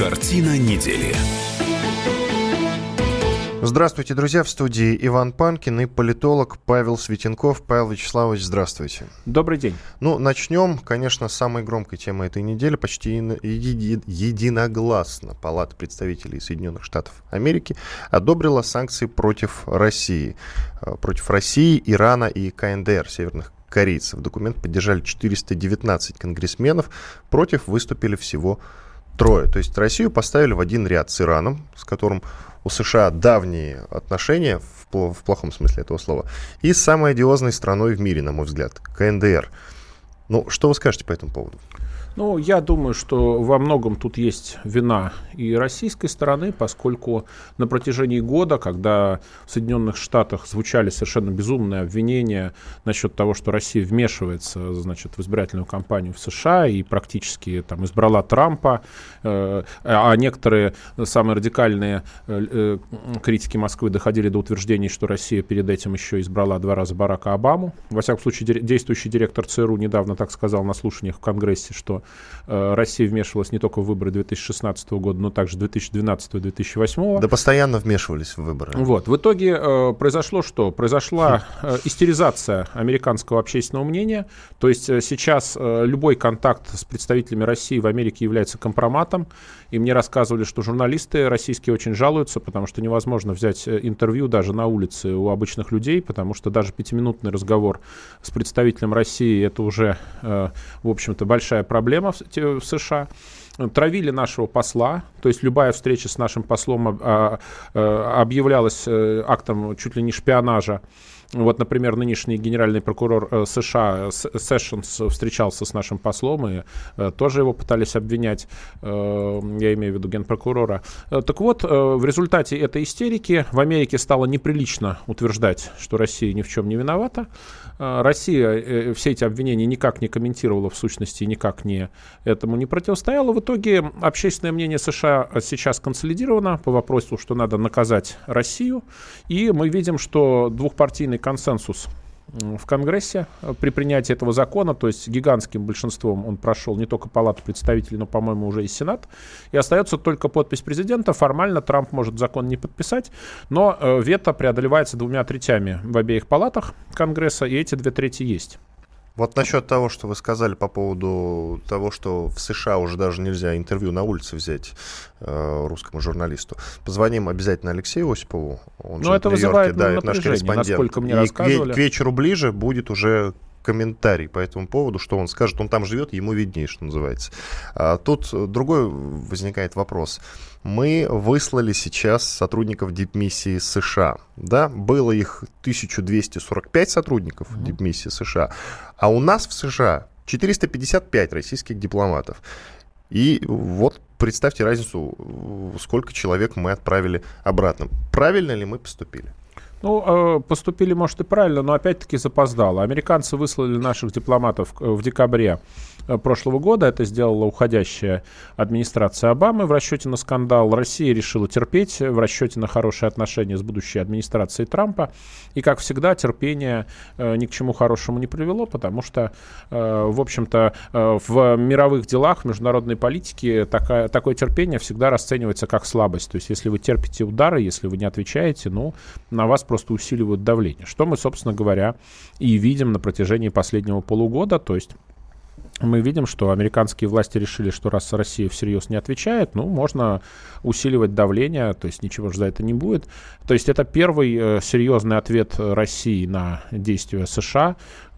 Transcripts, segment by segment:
Картина недели. Здравствуйте, друзья. В студии Иван Панкин и политолог Павел Светенков. Павел Вячеславович, здравствуйте. Добрый день. Начнем, конечно, с самой громкой темы этой недели. Почти единогласно Палата представителей Соединенных Штатов Америки одобрила санкции против России. Против России, Ирана и КНДР, северных корейцев. Документ поддержали 419 конгрессменов. Против выступили всего 3. То есть Россию поставили в один ряд с Ираном, с которым у США давние отношения, в плохом смысле этого слова, и с самой одиозной страной в мире, на мой взгляд, КНДР. Что вы скажете по этому поводу? Я думаю, что во многом тут есть вина и российской стороны, поскольку на протяжении года, когда в Соединенных Штатах звучали совершенно безумные обвинения насчет того, что Россия вмешивается, в избирательную кампанию в США и практически избрала Трампа, а некоторые самые радикальные критики Москвы доходили до утверждений, что Россия перед этим еще избрала 2 раза Барака Обаму. Во всяком случае, действующий директор ЦРУ недавно так сказал на слушаниях в Конгрессе, что Россия вмешивалась не только в выборы 2016 года, но также 2012 и 2008. Да постоянно вмешивались в выборы. В итоге произошло что? Произошла истеризация американского общественного мнения. То есть сейчас любой контакт с представителями России в Америке является компроматом. И мне рассказывали, что журналисты российские очень жалуются, потому что невозможно взять интервью даже на улице у обычных людей, потому что даже 5-минутный разговор с представителем России — это уже, в общем-то, большая проблема в США. Травили нашего посла, то есть любая встреча с нашим послом объявлялась актом чуть ли не шпионажа. Например, нынешний генеральный прокурор США Сэшенс встречался с нашим послом, и тоже его пытались обвинять, я имею в виду генпрокурора. В результате этой истерики в Америке стало неприлично утверждать, что Россия ни в чем не виновата. Россия все эти обвинения никак не комментировала, в сущности, никак этому не противостояла. В итоге общественное мнение США сейчас консолидировано по вопросу, что надо наказать Россию, и мы видим, что двухпартийный консенсус в Конгрессе при принятии этого закона, то есть гигантским большинством он прошел не только Палату представителей, но, по-моему, уже и Сенат. И остается только подпись президента. Формально Трамп может закон не подписать, но вето преодолевается 2/3 в обеих палатах Конгресса, и эти 2/3 есть. Насчет того, что вы сказали по поводу того, что в США уже даже нельзя интервью на улице взять русскому журналисту. Позвоним обязательно Алексею Осипову. Он же это в Нью-Йорке, вызывает это наш корреспондент. Насколько мне рассказывали. К вечеру ближе будет уже комментарий по этому поводу, что он скажет. Он там живет, ему виднее, что называется. Тут другой возникает вопрос. Мы выслали сейчас сотрудников дипмиссии США. Да, было их 1245 сотрудников дипмиссии США, а у нас в США 455 российских дипломатов. И представьте разницу, сколько человек мы отправили обратно. Правильно ли мы поступили? Поступили, может, и правильно, но опять-таки запоздало. Американцы выслали наших дипломатов в декабре прошлого года. Это сделала уходящая администрация Обамы в расчете на скандал. Россия решила терпеть в расчете на хорошие отношения с будущей администрацией Трампа. И, как всегда, терпение ни к чему хорошему не привело, потому что, в общем-то, в мировых делах, в международной политике такое терпение всегда расценивается как слабость. То есть, если вы терпите удары, если вы не отвечаете, на вас просто усиливают давление. Что мы, собственно говоря, и видим на протяжении последнего полугода. То есть мы видим, что американские власти решили, что раз Россия всерьез не отвечает, можно усиливать давление, то есть ничего же за это не будет. То есть это первый серьезный ответ России на действия США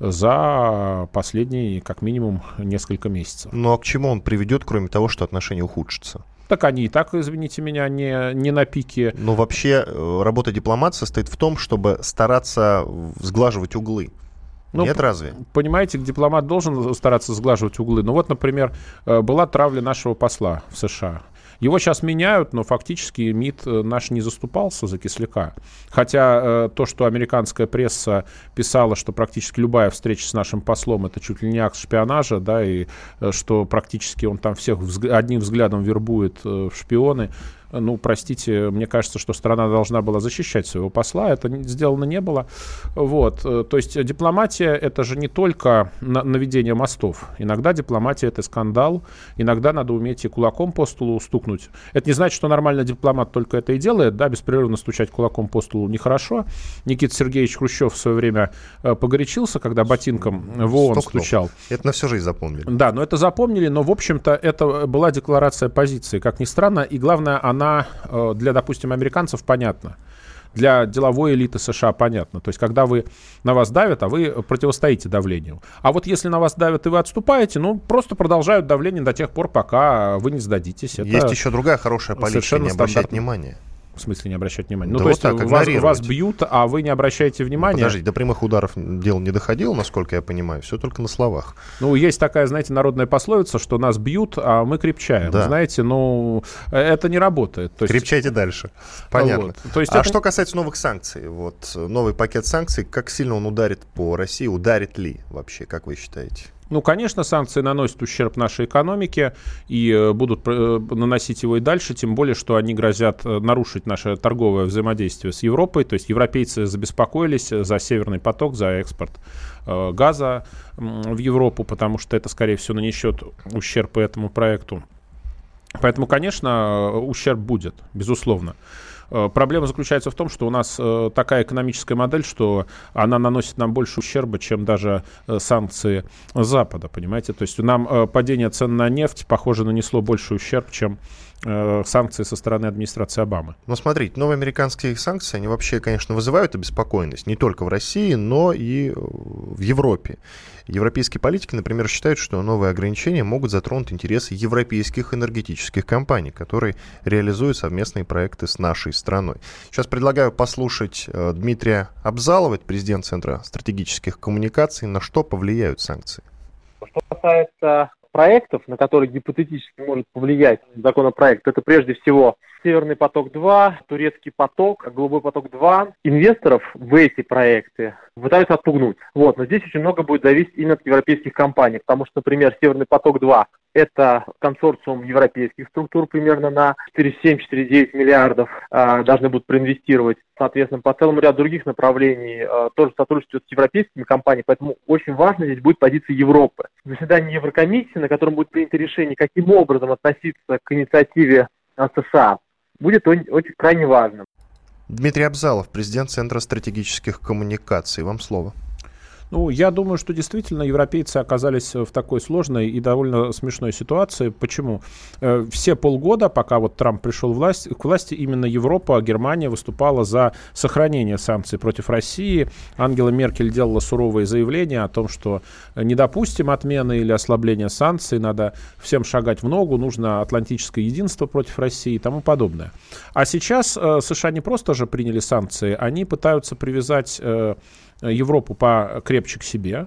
за последние, как минимум, несколько месяцев. А к чему он приведет, кроме того, что отношения ухудшатся? Так они и так, извините меня, не на пике. Но вообще работа дипломата состоит в том, чтобы стараться сглаживать углы. Нет, разве? Понимаете, дипломат должен стараться сглаживать углы. Например, была травля нашего посла в США. Его сейчас меняют, но фактически МИД наш не заступался за Кисляка. Хотя то, что американская пресса писала, что практически любая встреча с нашим послом — это чуть ли не акт шпионажа, да, и что практически он там всех одним взглядом вербует в шпионы. ну, простите, мне кажется, что страна должна была защищать своего посла, это сделано не было. Вот. То есть дипломатия — это же не только наведение мостов. Иногда дипломатия — это скандал, иногда надо уметь и кулаком по столу стукнуть. Это не значит, что нормальный дипломат только это и делает, да, беспрерывно стучать кулаком по столу нехорошо. Никита Сергеевич Хрущев в свое время погорячился, когда ботинком в ООН стучал. Это на всю жизнь запомнили. Да, но это запомнили, но, в общем-то, это была декларация позиции, как ни странно, и, главное, она для, допустим, американцев понятна. Для деловой элиты США понятно. То есть, когда на вас давят, а вы противостоите давлению. А вот если на вас давят и вы отступаете, ну, просто продолжают давление до тех пор, пока вы не сдадитесь. Это есть еще другая хорошая политика, не обращать внимания. В смысле не обращать внимания? Ну, да, то вот есть вас бьют, а вы не обращаете внимания? Подождите, до прямых ударов дело не доходило, насколько я понимаю, все только на словах. Ну, есть такая, знаете, народная пословица, что нас бьют, а мы крепчаем. Да. Знаете, ну, это не работает. То есть... Крепчайте дальше. Понятно. Вот. То есть что касается новых санкций, вот новый пакет санкций, как сильно он ударит по России, ударит ли вообще, как вы считаете? Ну, конечно, санкции наносят ущерб нашей экономике и будут наносить его и дальше, тем более, что они грозят нарушить наше торговое взаимодействие с Европой. То есть европейцы забеспокоились за Северный поток, за экспорт газа в Европу, потому что это, скорее всего, нанесет ущерб этому проекту. Поэтому, конечно, ущерб будет, безусловно. Проблема заключается в том, что у нас такая экономическая модель, что она наносит нам больше ущерба, чем даже санкции Запада, понимаете? То есть нам падение цен на нефть, похоже, нанесло больше ущерб, чем санкции со стороны администрации Обамы. Но смотрите, новые американские санкции, они вообще, конечно, вызывают обеспокоенность не только в России, но и в Европе. Европейские политики, например, считают, что новые ограничения могут затронуть интересы европейских энергетических компаний, которые реализуют совместные проекты с нашей страной. Сейчас предлагаю послушать Дмитрия Абзалова, это президент Центра стратегических коммуникаций, на что повлияют санкции. Что касается проектов, на которые гипотетически может повлиять законопроект, это прежде всего Северный поток-2, Турецкий поток, Голубой поток-2. Инвесторов в эти проекты пытаются отпугнуть. Вот. Но здесь очень много будет зависеть именно от европейских компаний, потому что, например, Северный поток-2 – это консорциум европейских структур примерно на 4,7-4,9 миллиардов должны будут проинвестировать. Соответственно, по целому ряду других направлений тоже сотрудничают с европейскими компаниями, поэтому очень важно здесь будет позиция Европы. Заседание Еврокомиссии, на котором будет принято решение, каким образом относиться к инициативе США, будет очень крайне важным. Дмитрий Абзалов, президент Центра стратегических коммуникаций. Вам слово. Ну, я думаю, что действительно европейцы оказались в такой сложной и довольно смешной ситуации. Почему? Все полгода, пока вот Трамп пришел к власти, именно Европа, Германия выступала за сохранение санкций против России. Ангела Меркель делала суровые заявления о том, что не допустим отмены или ослабления санкций, надо всем шагать в ногу, нужно атлантическое единство против России и тому подобное. А сейчас США не просто же приняли санкции, они пытаются привязать Европу покрепче к себе.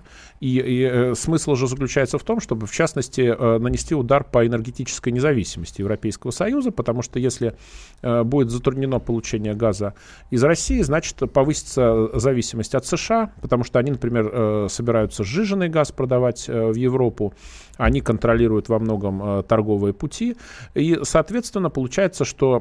И смысл же заключается в том, чтобы, в частности, нанести удар по энергетической независимости Европейского Союза, потому что если будет затруднено получение газа из России, значит, повысится зависимость от США, потому что они, например, собираются сжиженный газ продавать в Европу, они контролируют во многом торговые пути, и, соответственно, получается, что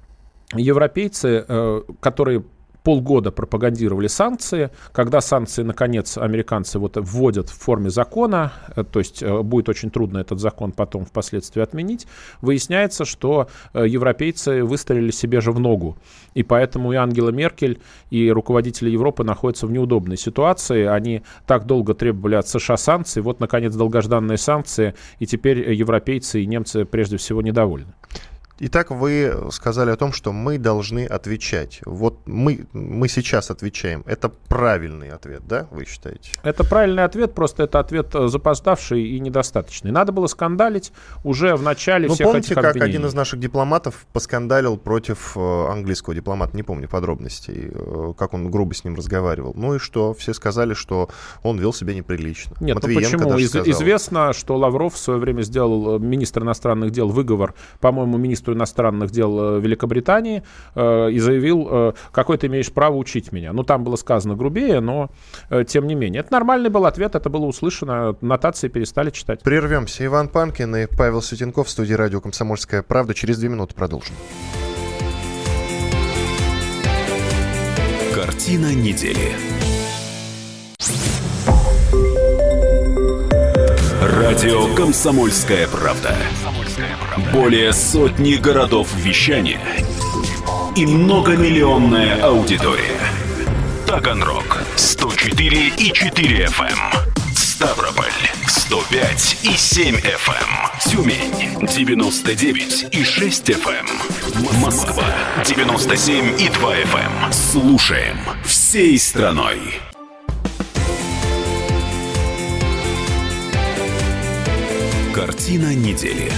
европейцы, которые полгода пропагандировали санкции. Когда санкции, наконец, американцы вводят в форме закона, то есть будет очень трудно этот закон потом впоследствии отменить, выясняется, что европейцы выстрелили себе же в ногу. И поэтому и Ангела Меркель, и руководители Европы находятся в неудобной ситуации. Они так долго требовали от США санкций, вот, наконец, долгожданные санкции, и теперь европейцы и немцы прежде всего недовольны. Итак, вы сказали о том, что мы должны отвечать. Вот мы сейчас отвечаем. Это правильный ответ, да, вы считаете? Это правильный ответ, просто это ответ запоздавший и недостаточный. Надо было скандалить уже в начале всех помните, этих обвинений. Как один из наших дипломатов поскандалил против английского дипломата, не помню подробностей, как он грубо с ним разговаривал. Ну и что? Все сказали, что он вел себя неприлично. Нет, почему? Известно, что Лавров в свое время сделал, министр иностранных дел, выговор, по-моему, министру иностранных дел Великобритании и заявил, какое ты имеешь право учить меня. Ну, там было сказано грубее, но тем не менее. Это нормальный был ответ, это было услышано, нотации перестали читать. Прервемся. Иван Панкин и Павел Светенков в студии радио «Комсомольская правда». Через 2 минуты продолжим. Картина недели. Радио «Комсомольская правда». Более сотни городов вещания и многомиллионная аудитория. Таганрог 104,4 FM. Ставрополь 105,7 FM. Тюмень 99,6 FM. Москва 97,2 FM. Слушаем всей страной. Картина недели.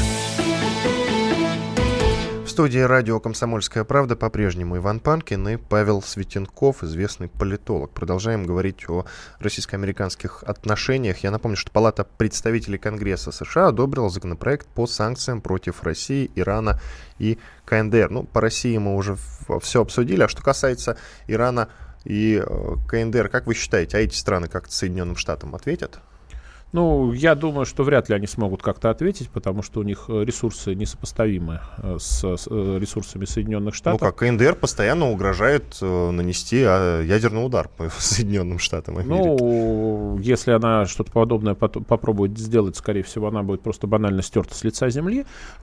В студии радио «Комсомольская правда» по-прежнему Иван Панкин и Павел Светенков, известный политолог. Продолжаем говорить о российско-американских отношениях. Я напомню, что Палата представителей Конгресса США одобрила законопроект по санкциям против России, Ирана и КНДР. Ну, по России мы уже все обсудили. А что касается Ирана и КНДР, как вы считаете, а эти страны как-то Соединенным Штатам ответят? Ну, я думаю, что вряд ли они смогут как-то ответить, потому что у них ресурсы несопоставимы с ресурсами Соединенных Штатов. Ну как, КНДР постоянно угрожает нанести ядерный удар по Соединенным Штатам Америки. Ну, если она что-то подобное попробует сделать, скорее всего, она будет просто банально стерта с лица земли.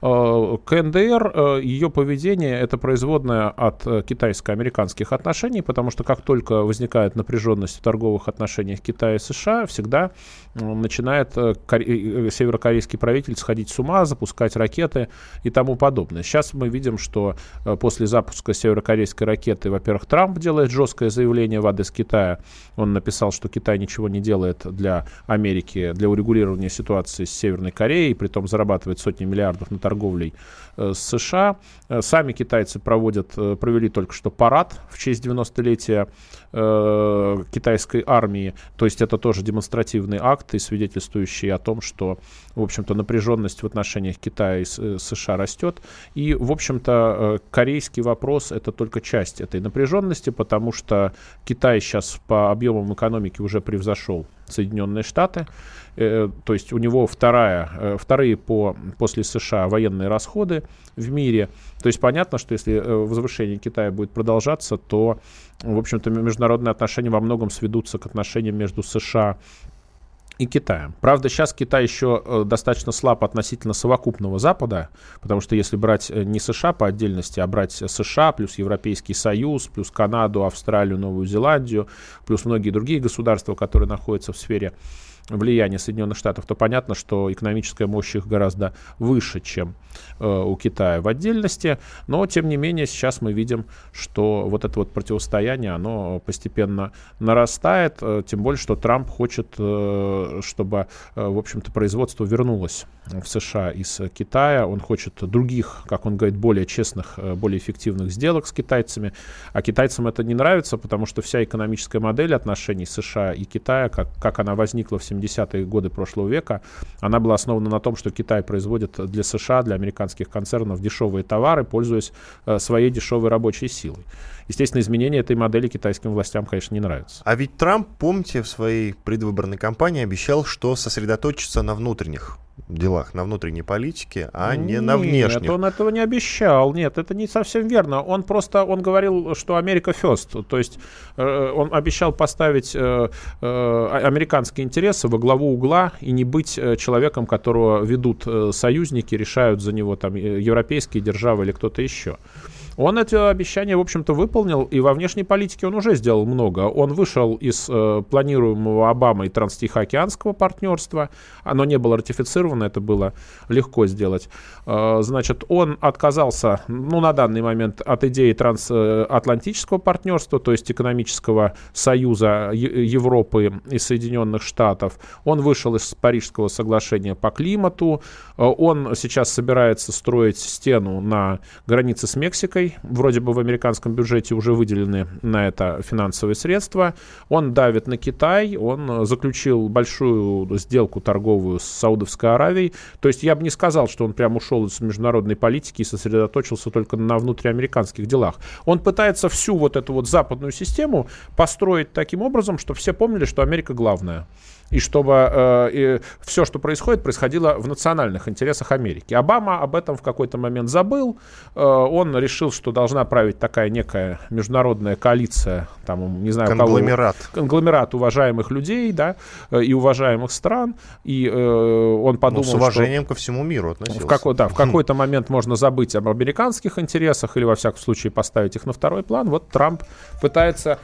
КНДР, ее поведение — это производное от китайско-американских отношений, потому что как только возникает напряженность в торговых отношениях Китая и США, всегда начинает северокорейский правитель сходить с ума, запускать ракеты и тому подобное. Сейчас мы видим, что после запуска северокорейской ракеты, во-первых, Трамп делает жесткое заявление в адрес Китая. Он написал, что Китай ничего не делает для Америки, для урегулирования ситуации с Северной Кореей, притом зарабатывает сотни миллиардов на торговле с США. Сами китайцы провели только что парад в честь 90-летия китайской армии. То есть это тоже демонстративный акт и свидетельствующий о том, что, в общем-то, напряженность в отношениях Китая и США растет. И, в общем-то, корейский вопрос — это только часть этой напряженности, потому что Китай сейчас по объемам экономики уже превзошел Соединенные Штаты. То есть у него вторые после США военные расходы в мире. То есть понятно, что если возвышение Китая будет продолжаться, то, в общем-то, международные отношения во многом сведутся к отношениям между США и Китаем. Правда, сейчас Китай еще достаточно слаб относительно совокупного Запада, потому что если брать не США по отдельности, а брать США плюс Европейский Союз, плюс Канаду, Австралию, Новую Зеландию, плюс многие другие государства, которые находятся в сфере влияния Соединенных Штатов, то понятно, что экономическая мощь их гораздо выше, чем у Китая в отдельности. Но, тем не менее, сейчас мы видим, что вот это вот противостояние, оно постепенно нарастает. Тем более, что Трамп хочет, чтобы, в общем-то, производство вернулось в США из Китая. Он хочет других, как он говорит, более честных, более эффективных сделок с китайцами. А китайцам это не нравится, потому что вся экономическая модель отношений США и Китая, как она возникла в 70-е годы прошлого века, она была основана на том, что Китай производит для США, для американских концернов дешевые товары, пользуясь своей дешевой рабочей силой. Естественно, изменения этой модели китайским властям, конечно, не нравятся. А ведь Трамп, помните, в своей предвыборной кампании обещал, что сосредоточится на внутренних делах, на внутренней политике, а не на внешних. Нет, он этого не обещал. Нет, это не совсем верно. Он говорил, что Америка first. То есть он обещал поставить американские интересы во главу угла и не быть человеком, которого ведут союзники, решают за него там европейские державы или кто-то еще. Он эти обещания, в общем-то, выполнил, и во внешней политике он уже сделал много. Он вышел из планируемого Обамой транстихоокеанского партнерства. Оно не было ратифицировано, это было легко сделать. Значит, он отказался, на данный момент, от идеи трансатлантического партнерства, то есть экономического союза Европы и Соединенных Штатов. Он вышел из Парижского соглашения по климату. Он сейчас собирается строить стену на границе с Мексикой. Вроде бы в американском бюджете уже выделены на это финансовые средства. Он давит на Китай, он заключил большую сделку торговую с Саудовской Аравией. То есть я бы не сказал, что он прям ушел из международной политики и сосредоточился только на внутриамериканских делах. Он пытается всю вот эту вот западную систему построить таким образом, чтобы все помнили, что Америка главная. и чтобы все, что происходило в национальных интересах Америки. Обама об этом в какой-то момент забыл. Он решил, что должна править такая некая международная коалиция, там, не знаю, конгломерат уважаемых людей, да, и уважаемых стран. И он подумал, с уважением ко всему миру относился. В какой-то момент можно забыть об американских интересах или, во всяком случае, поставить их на второй план. Вот Трамп пытается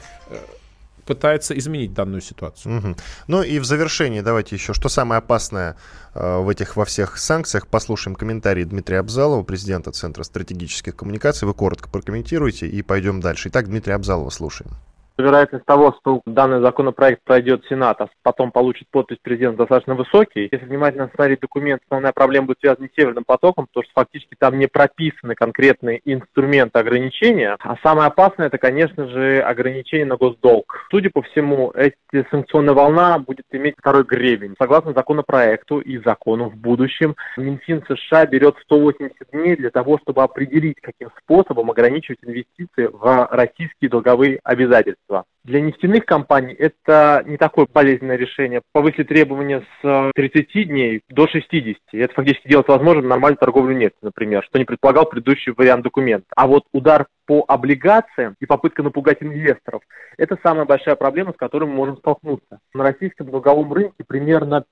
изменить данную ситуацию. Угу. Ну и в завершении давайте еще, что самое опасное во всех санкциях. Послушаем комментарии Дмитрия Абзалова, президента Центра стратегических коммуникаций. Вы коротко прокомментируйте и пойдем дальше. Итак, Дмитрия Абзалова слушаем. Вероятность того, что данный законопроект пройдет в Сенат, а потом получит подпись президента, достаточно высокий. Если внимательно смотреть документ, основная проблема будет связана не с Северным потоком, потому что фактически там не прописаны конкретные инструменты ограничения. А самое опасное, это, конечно же, ограничение на госдолг. Судя по всему, эта санкционная волна будет иметь второй гребень. Согласно законопроекту и закону в будущем, Минфин США берет 180 дней для того, чтобы определить, каким способом ограничивать инвестиции в российские долговые обязательства. Для нефтяных компаний это не такое болезненное решение. Повысить требования с 30 дней до 60. Это фактически делать возможным нормальную торговлю нефтью, например, что не предполагал предыдущий вариант документа. А вот удар по облигациям и попытка напугать инвесторов – это самая большая проблема, с которой мы можем столкнуться. На российском долговом рынке примерно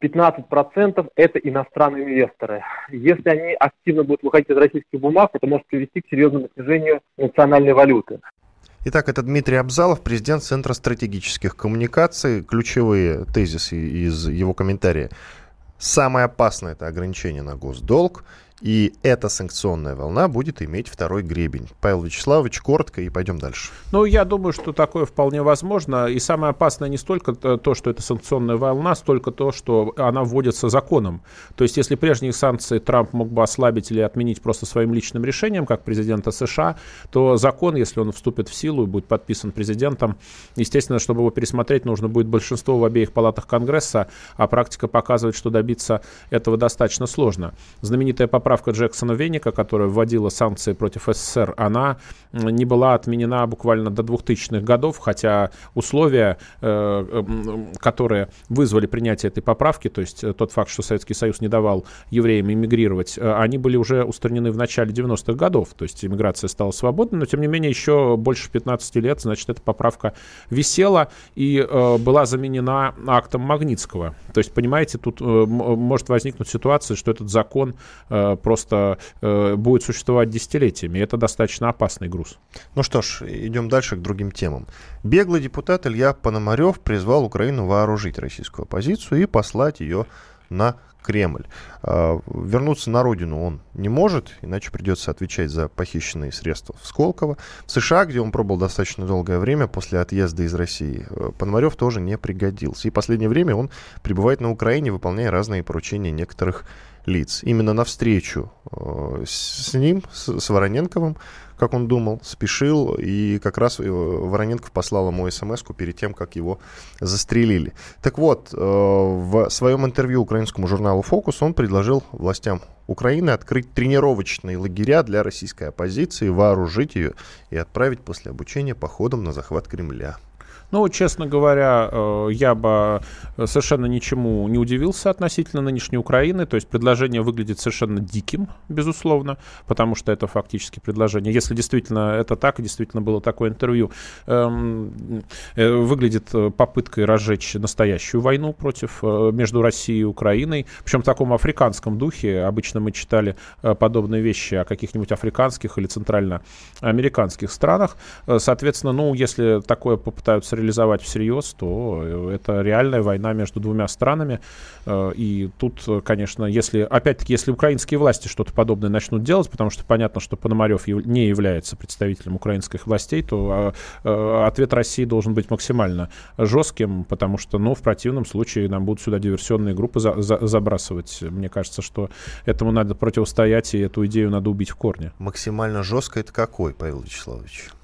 15% – это иностранные инвесторы. Если они активно будут выходить из российских бумаг, это может привести к серьезному снижению национальной валюты. Итак, это Дмитрий Абзалов, президент Центра стратегических коммуникаций. Ключевые тезисы из его комментария. Самое опасное – это ограничение на госдолг. И эта санкционная волна будет иметь второй гребень. Павел Вячеславович, коротко, и пойдем дальше. Ну, я думаю, что такое вполне возможно. И самое опасное не столько то, что это санкционная волна, столько то, что она вводится законом. То есть, если прежние санкции Трамп мог бы ослабить или отменить просто своим личным решением, как президента США, то закон, если он вступит в силу и будет подписан президентом, естественно, чтобы его пересмотреть, нужно будет большинство в обеих палатах Конгресса, а практика показывает, что добиться этого достаточно сложно. Знаменитая поправка Джексона-Веника, которая вводила санкции против СССР, она не была отменена буквально до 2000-х годов, хотя условия, которые вызвали принятие этой поправки, то есть тот факт, что Советский Союз не давал евреям эмигрировать, они были уже устранены в начале 90-х годов, то есть эмиграция стала свободной, но тем не менее еще больше 15 лет, значит, эта поправка висела и была заменена актом Магнитского. То есть, понимаете, тут может возникнуть ситуация, что этот закон просто будет существовать десятилетиями. Это достаточно опасный груз. Ну что ж, идем дальше к другим темам. Беглый депутат Илья Пономарев призвал Украину вооружить российскую оппозицию и послать ее на Кремль. Вернуться на родину он не может, иначе придется отвечать за похищенные средства в Сколково. В США, где он пробыл достаточно долгое время после отъезда из России, Пономарев тоже не пригодился. И в последнее время он пребывает на Украине, выполняя разные поручения некоторых лиц. Именно навстречу с ним, с Вороненковым, как он думал, спешил, и как раз Вороненков послал ему смс-ку перед тем, как его застрелили. Так вот, в своем интервью украинскому журналу «Фокус» он предложил властям Украины открыть тренировочные лагеря для российской оппозиции, вооружить ее и отправить после обучения походом на захват Кремля. Ну, честно говоря, я бы совершенно ничему не удивился относительно нынешней Украины. То есть предложение выглядит совершенно диким, безусловно, потому что это фактически предложение. Если действительно это так, действительно было такое интервью, выглядит попыткой разжечь настоящую войну между Россией и Украиной. Причем в таком африканском духе. Обычно мы читали подобные вещи о каких-нибудь африканских или центральноамериканских странах. Соответственно, ну, если такое попытаются реализовать всерьез, то это реальная война между двумя странами. И тут, конечно, если украинские власти что-то подобное начнут делать, потому что понятно, что Пономарев не является представителем украинских властей, то ответ России должен быть максимально жестким, потому что, в противном случае нам будут сюда диверсионные группы забрасывать. Мне кажется, что этому надо противостоять, и эту идею надо убить в корне. Максимально жестко это какой, Павел Вячеславович?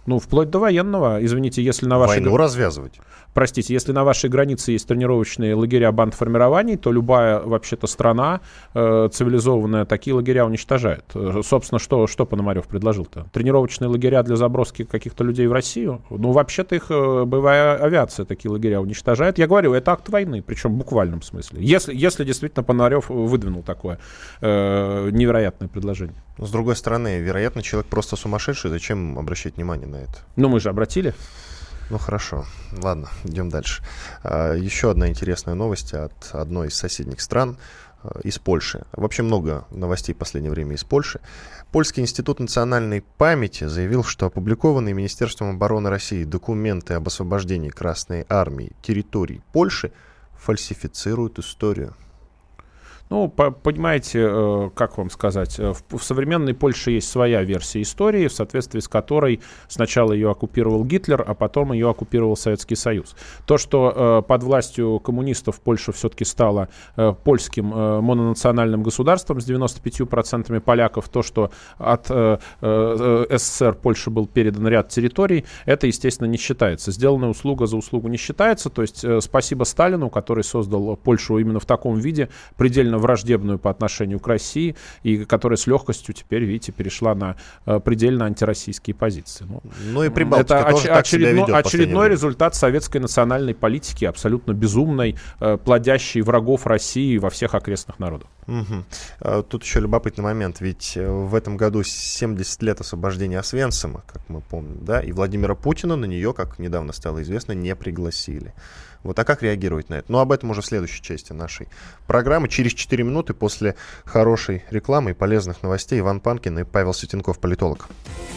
Ну, вплоть до военного. Извините, если на вашей... Войну развязывать. Простите, если на вашей границе есть тренировочные лагеря бандформирований, то любая, вообще-то, страна цивилизованная такие лагеря уничтожает. Собственно, что Пономарев предложил-то? Тренировочные лагеря для заброски каких-то людей в Россию? Ну, вообще-то их боевая авиация такие лагеря уничтожает. Я говорю, это акт войны, причем в буквальном смысле. Если действительно Пономарев выдвинул такое невероятное предложение. Но, с другой стороны, вероятно, человек просто сумасшедший. Зачем обращать внимание на это? Ну, мы же обратили. Ну, хорошо. Ладно, идем дальше. Еще одна интересная новость от одной из соседних стран, из Польши. Вообще много новостей в последнее время из Польши. Польский институт национальной памяти заявил, что опубликованные Министерством обороны России документы об освобождении Красной Армии территорий Польши фальсифицируют историю. Ну, понимаете, как вам сказать, в современной Польше есть своя версия истории, в соответствии с которой сначала ее оккупировал Гитлер, а потом ее оккупировал Советский Союз. То, что под властью коммунистов Польша все-таки стала польским мононациональным государством с 95% поляков, то, что от СССР Польше был передан ряд территорий, это, естественно, не считается. Сделанная услуга за услугу не считается, то есть спасибо Сталину, который создал Польшу именно в таком виде, предельно враждебную по отношению к России, и которая с легкостью теперь, видите, перешла на предельно антироссийские позиции. Ну и Прибалтика это тоже так себя ведет очередной результат советской национальной политики, абсолютно безумной, плодящей врагов России во всех окрестных народах. Угу. Тут еще любопытный момент, ведь в этом году 70 лет освобождения Освенцима, как мы помним, да, и Владимира Путина на нее, как недавно стало известно, не пригласили. Вот, а как реагировать на это? Ну, об этом уже в следующей части нашей программы. Через 4 минуты после хорошей рекламы и полезных новостей Иван Панкин и Павел Светенков, политолог.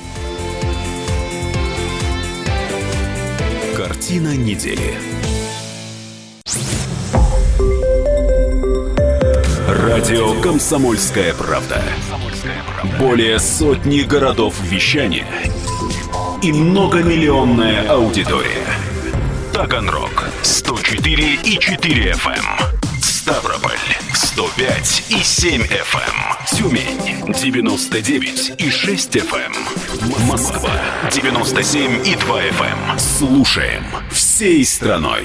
Картина недели. Радио «Комсомольская правда». Более сотни городов вещания и многомиллионная аудитория. Таганрог 104,4 FM, Ставрополь 105,7 FM, Тюмень 99,6 FM, Москва 97,2 FM. Слушаем всей страной.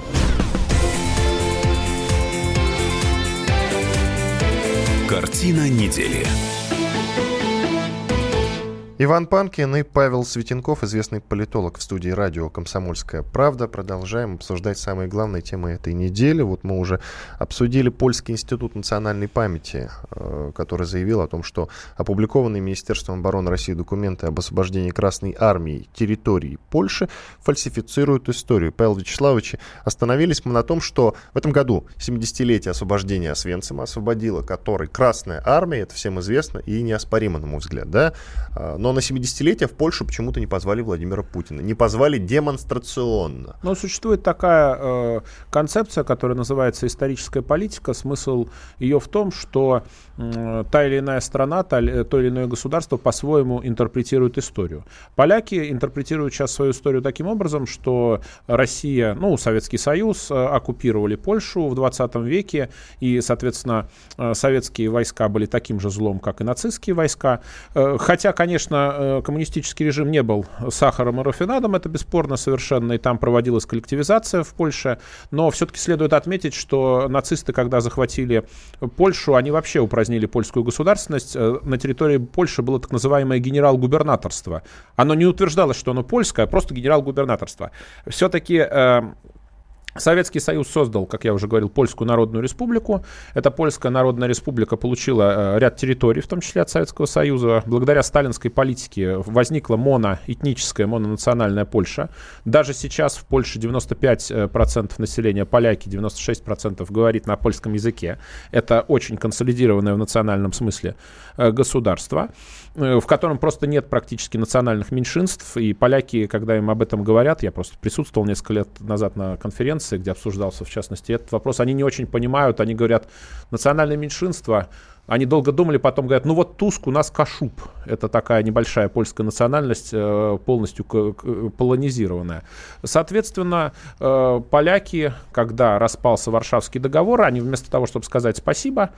Картина недели. Иван Панкин и Павел Светенков, известный политолог, в студии радио «Комсомольская правда». Продолжаем обсуждать самые главные темы этой недели. Вот мы уже обсудили Польский институт национальной памяти, который заявил о том, что опубликованные Министерством обороны России документы об освобождении Красной Армии территории Польши фальсифицируют историю. Павел Вячеславович, остановились мы на том, что в этом году 70-летие освобождения Освенцима, освободила который Красная Армия, это всем известно и неоспоримо, на мой взгляд, да? Но на 70-летие в Польшу почему-то не позвали Владимира Путина. Не позвали демонстрационно. Но существует такая концепция, которая называется историческая политика. Смысл ее в том, что та или иная страна, то или иное государство по-своему интерпретирует историю. Поляки интерпретируют сейчас свою историю таким образом, что Россия, Советский Союз оккупировали Польшу в 20 веке, и, соответственно, советские войска были таким же злом, как и нацистские войска. Хотя, конечно, коммунистический режим не был сахаром и рафинадом, это бесспорно совершенно, и там проводилась коллективизация в Польше, но все-таки следует отметить, что нацисты, когда захватили Польшу, они вообще упразднили польскую государственность. На территории Польши было так называемое генерал-губернаторство. Оно не утверждалось, что оно польское, а просто генерал-губернаторство. Все-таки Советский Союз создал, как я уже говорил, Польскую Народную Республику. Эта Польская Народная Республика получила ряд территорий, в том числе от Советского Союза. Благодаря сталинской политике возникла моноэтническая, мононациональная Польша. Даже сейчас в Польше 95% населения поляки, 96% говорит на польском языке. Это очень консолидированное в национальном смысле государство, в котором просто нет практически национальных меньшинств. И поляки, когда им об этом говорят, я просто присутствовал несколько лет назад на конференции, где обсуждался, в частности, этот вопрос, они не очень понимают, они говорят, национальное меньшинство, Они долго думали, потом говорят, ну вот Туск у нас Кашуб. Это такая небольшая польская национальность, полностью полонизированная. Соответственно, поляки, когда распался Варшавский договор, они вместо того, чтобы сказать спасибо,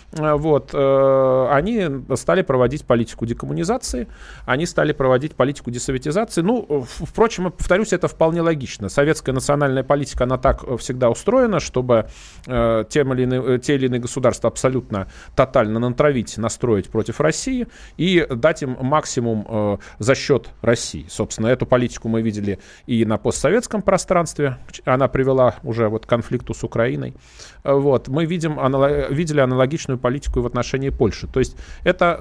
они стали проводить политику декоммунизации, они стали проводить политику десоветизации. Ну, впрочем, повторюсь, это вполне логично. Советская национальная политика, она так всегда устроена, чтобы те или иные государства абсолютно тотально натравить, настроить против России и дать им максимум за счет России. Собственно, эту политику мы видели и на постсоветском пространстве. Она привела уже к конфликту с Украиной. Мы видели аналогичную политику и в отношении Польши. То есть это,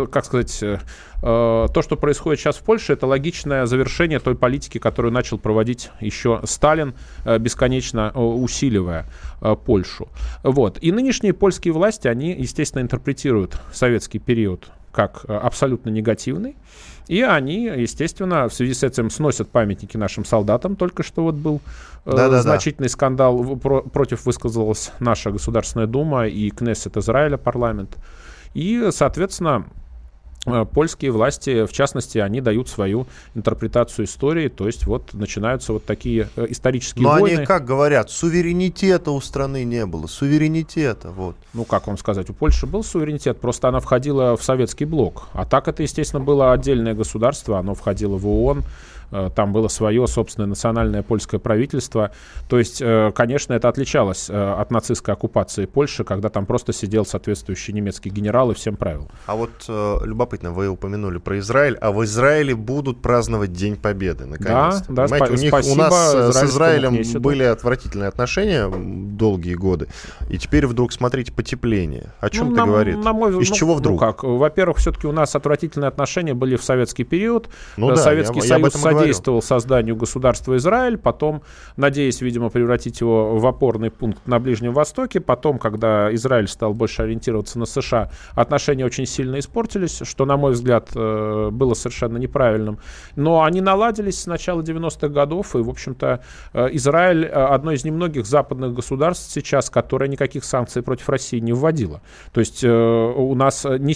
то, что происходит сейчас в Польше, это логичное завершение той политики, которую начал проводить еще Сталин, бесконечно усиливая Польшу. И нынешние польские власти, они, естественно, интерпретируют советский период как абсолютно негативный. И они, естественно, в связи с этим сносят памятники нашим солдатам. Только что был значительный скандал. Против высказалась наша Государственная Дума и Кнессет Израиля, парламент. И, соответственно, польские власти, в частности, они дают свою интерпретацию истории, то есть начинаются такие исторические войны. Но они как говорят, суверенитета у страны не было, суверенитета, Ну, как вам сказать, у Польши был суверенитет, просто она входила в советский блок. А так это, естественно, было отдельное государство, оно входило в ООН, там было свое собственное национальное польское правительство. То есть, конечно, это отличалось от нацистской оккупации Польши, когда там просто сидел соответствующий немецкий генерал и всем правил. А любопытно, вы упомянули про Израиль, а в Израиле будут праздновать День Победы, наконец-то. Да, у нас с Израилем были отвратительные отношения долгие годы, и теперь вдруг, смотрите, потепление. О чем это говорит? Из чего вдруг? Во-первых, все-таки у нас отвратительные отношения были в советский период. Советский Союз содействовал созданию государства Израиль, потом, надеясь, видимо, превратить его в опорный пункт на Ближнем Востоке, потом, когда Израиль стал больше ориентироваться на США, отношения очень сильно испортились, что, на мой взгляд, было совершенно неправильным. Но они наладились с начала 90-х годов, и, в общем-то, Израиль одно из немногих западных государств сейчас, которое никаких санкций против России не вводило. То есть у нас не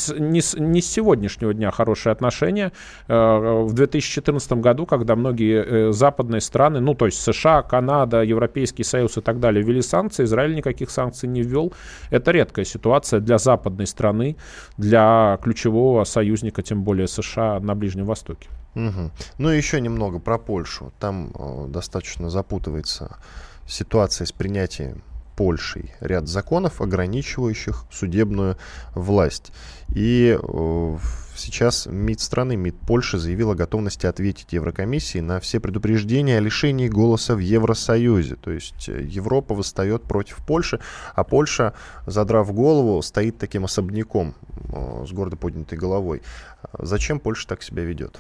с сегодняшнего дня хорошие отношения. В 2014 году, когда многие западные страны, то есть США, Канада, Европейский Союз и так далее, ввели санкции, Израиль никаких санкций не ввел. Это редкая ситуация для западной страны, для ключевого союзника, тем более США, на Ближнем Востоке. Угу. Ну и еще немного про Польшу. Там достаточно запутывается ситуация с принятием Польшей ряд законов, ограничивающих судебную власть. И сейчас МИД страны, МИД Польши заявил о готовности ответить Еврокомиссии на все предупреждения о лишении голоса в Евросоюзе. То есть Европа восстает против Польши, а Польша, задрав голову, стоит таким особняком с гордо поднятой головой. Зачем Польша так себя ведет?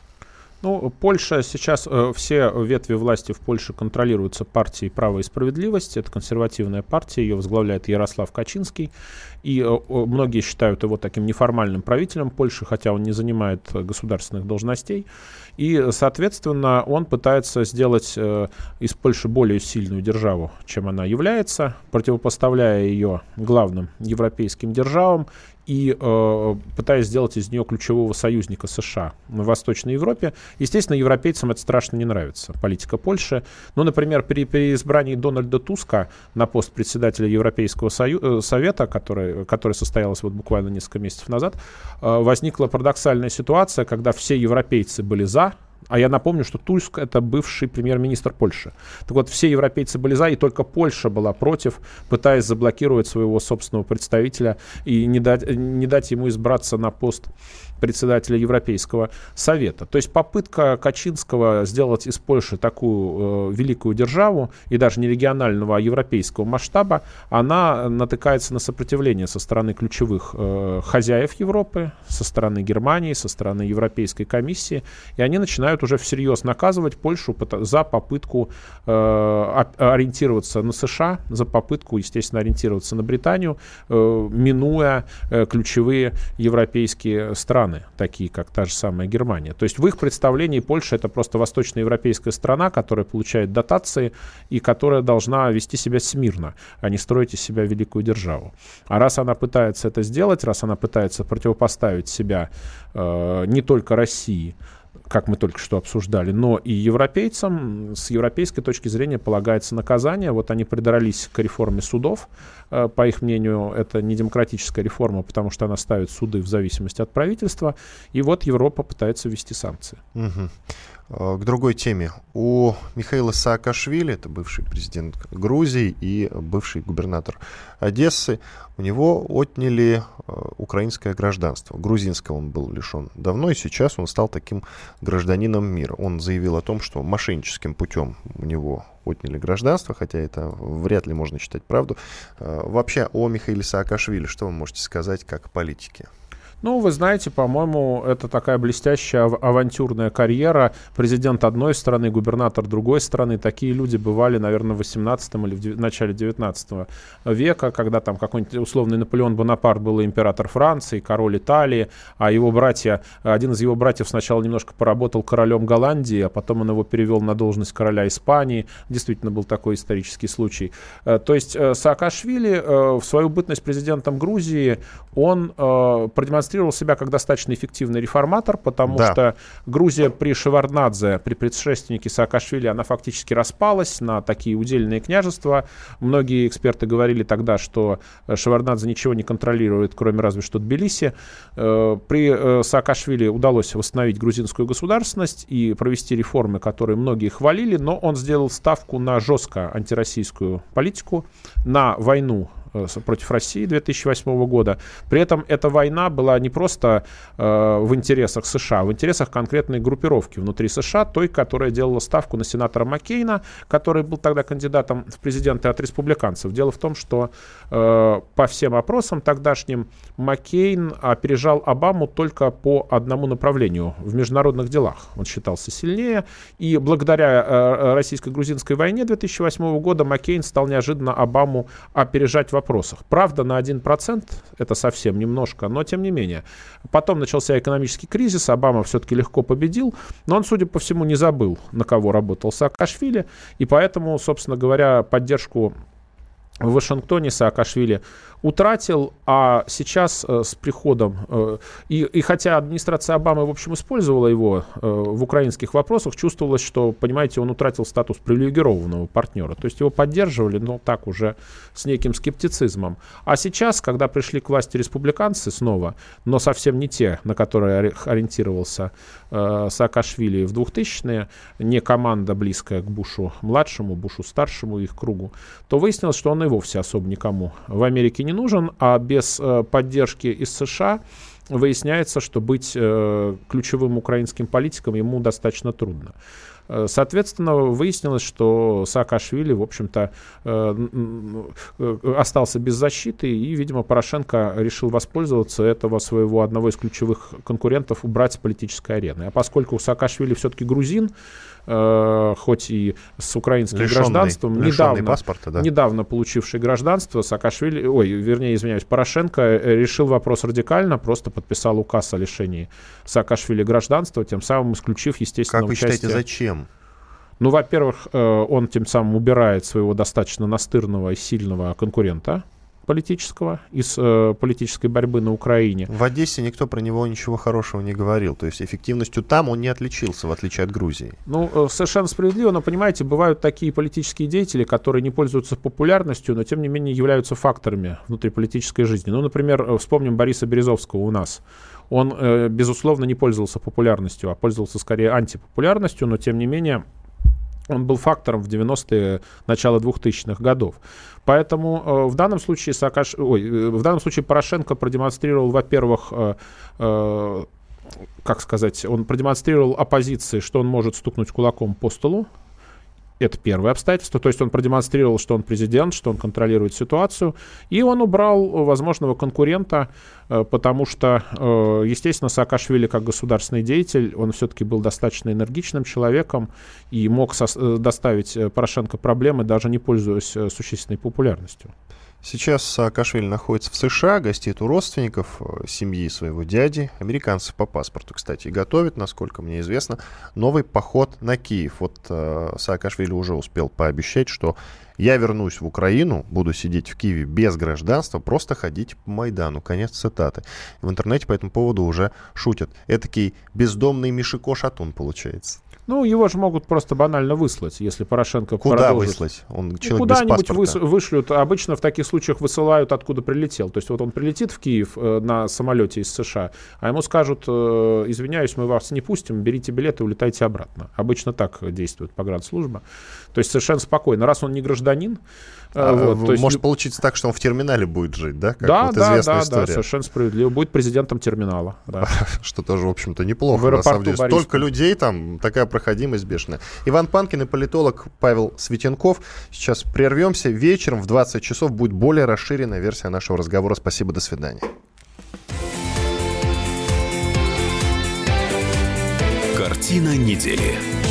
Польша сейчас, все ветви власти в Польше контролируются партией «Право и справедливость». Это консервативная партия, ее возглавляет Ярослав Качинский. И многие считают его таким неформальным правителем Польши, хотя он не занимает государственных должностей. И, соответственно, он пытается сделать из Польши более сильную державу, чем она является, противопоставляя ее главным европейским державам и пытаясь сделать из нее ключевого союзника США в Восточной Европе. Естественно, европейцам это страшно не нравится, политика Польши. Например, при переизбрании Дональда Туска на пост председателя Европейского совета, который состоялось буквально несколько месяцев назад, возникла парадоксальная ситуация, когда все европейцы были за. А я напомню, что Туск — это бывший премьер-министр Польши. Так вот, все европейцы были за, и только Польша была против, пытаясь заблокировать своего собственного представителя и не дать ему избраться на пост председателя Европейского совета. То есть попытка Качинского сделать из Польши такую великую державу, и даже не регионального, а европейского масштаба, она натыкается на сопротивление со стороны ключевых хозяев Европы, со стороны Германии, со стороны Европейской комиссии, и они начинают начинают уже всерьез наказывать Польшу за попытку ориентироваться на США, за попытку, естественно, ориентироваться на Британию, минуя ключевые европейские страны, такие как та же самая Германия. То есть в их представлении Польша — это просто восточноевропейская страна, которая получает дотации и которая должна вести себя смирно, а не строить из себя великую державу. А раз она пытается это сделать, раз она пытается противопоставить себя не только России, как мы только что обсуждали, но и европейцам, с европейской точки зрения полагается наказание. Вот они придрались к реформе судов. По их мнению, это не демократическая реформа, потому что она ставит суды в зависимости от правительства. И вот Европа пытается ввести санкции. К другой теме. У Михаила Саакашвили, это бывший президент Грузии и бывший губернатор Одессы, у него отняли украинское гражданство. Грузинского он был лишен давно, и сейчас он стал таким гражданином мира. Он заявил о том, что мошенническим путем у него отняли гражданство, хотя это вряд ли можно считать правду. Вообще о Михаиле Саакашвили что вы можете сказать как политики? Ну, вы знаете, по-моему, это такая блестящая авантюрная карьера. Президент одной страны, губернатор другой страны. Такие люди бывали, наверное, в 18 или в начале 19 века, когда там какой-нибудь условный Наполеон Бонапарт был император Франции, король Италии, а его братья, один из его братьев сначала немножко поработал королем Голландии, а потом он его перевел на должность короля Испании. Действительно был такой исторический случай. То есть Саакашвили в свою бытность президентом Грузии, он продемонстрировал себя как достаточно эффективный реформатор, потому что Грузия при Шеварднадзе, при предшественнике Саакашвили, она фактически распалась на такие удельные княжества. Многие эксперты говорили тогда, что Шеварднадзе ничего не контролирует, кроме разве что Тбилиси. При Саакашвили удалось восстановить грузинскую государственность и провести реформы, которые многие хвалили, но он сделал ставку на жестко антироссийскую политику, на войну против России 2008 года. При этом эта война была не просто в интересах США, а в интересах конкретной группировки внутри США, той, которая делала ставку на сенатора Маккейна, который был тогда кандидатом в президенты от республиканцев. Дело в том, что по всем опросам тогдашним Маккейн опережал Обаму только по одному направлению в международных делах. Он считался сильнее, и благодаря российско-грузинской войне 2008 года Маккейн стал неожиданно Обаму опережать в вопросах. Правда, на 1%, это совсем немножко, но тем не менее. Потом начался экономический кризис, Обама все-таки легко победил, но он, судя по всему, не забыл, на кого работал Саакашвили, и поэтому, собственно говоря, поддержку в Вашингтоне Саакашвили утратил, а сейчас с приходом, и хотя администрация Обамы, в общем, использовала его в украинских вопросах, чувствовалось, что, понимаете, он утратил статус привилегированного партнера. То есть его поддерживали, но так уже с неким скептицизмом. А сейчас, когда пришли к власти республиканцы снова, но совсем не те, на которые ориентировался Саакашвили в 2000-е, не команда, близкая к Бушу-младшему, Бушу-старшему, их кругу, то выяснилось, что он и вовсе особо никому в Америке не нужен, а без поддержки из США выясняется, что быть ключевым украинским политиком ему достаточно трудно. Соответственно, выяснилось, что Саакашвили, в общем-то, остался без защиты, и, видимо, Порошенко решил воспользоваться этого своего одного из ключевых конкурентов убрать с политической арены. А поскольку Саакашвили все-таки грузин, хоть и с украинским гражданством, недавно получивший гражданство, Порошенко решил вопрос радикально, просто подписал указ о лишении Саакашвили гражданства, тем самым исключив, естественно, Как вы считаете, зачем? Ну, во-первых, он тем самым убирает своего достаточно настырного и сильного конкурента политического из политической борьбы на Украине. В Одессе никто про него ничего хорошего не говорил. То есть эффективностью там он не отличился, в отличие от Грузии. Ну, совершенно справедливо, но, понимаете, бывают такие политические деятели, которые не пользуются популярностью, но, тем не менее, являются факторами внутриполитической жизни. Ну, например, вспомним Бориса Березовского у нас. Он, безусловно, не пользовался популярностью, а пользовался скорее антипопулярностью, но, тем не менее, он был фактором в 90-е, начало 2000-х годов. Поэтому в данном случае Порошенко продемонстрировал, во-первых, он продемонстрировал оппозиции, что он может стукнуть кулаком по столу. Это первое обстоятельство. То есть он продемонстрировал, что он президент, что он контролирует ситуацию. И он убрал возможного конкурента, потому что, естественно, Саакашвили как государственный деятель, он все-таки был достаточно энергичным человеком и мог доставить Порошенко проблемы, даже не пользуясь существенной популярностью. Сейчас Саакашвили находится в США, гостит у родственников семьи своего дяди, американцев по паспорту, кстати, и готовит, насколько мне известно, новый поход на Киев. Вот Саакашвили уже успел пообещать, что я вернусь в Украину, буду сидеть в Киеве без гражданства, просто ходить по Майдану. Конец цитаты. В интернете по этому поводу уже шутят. Этакий бездомный Мишико-шатун получается. Ну, его же могут просто банально выслать, если Порошенко Куда продолжит. выслать? Он человек Куда-нибудь без паспорта. вышлют. Обычно в таких случаях высылают, откуда прилетел. То есть вот он прилетит в Киев на самолете из США, а ему скажут: извиняюсь, мы вас не пустим, берите билеты и улетайте обратно. Обычно так действует погранслужба. То есть совершенно спокойно. Раз он не гражданин... то есть... Может получиться так, что он в терминале будет жить, да? Как да, вот известная да, история. совершенно справедливо. Будет президентом терминала. Да. Что тоже, в общем-то, неплохо, на самом деле. Столько людей там, такая проходимость бешеная. Иван Панкин и политолог Павел Светенков. Сейчас прервемся. Вечером в 20 часов будет более расширенная версия нашего разговора. Спасибо, до свидания. Картина недели.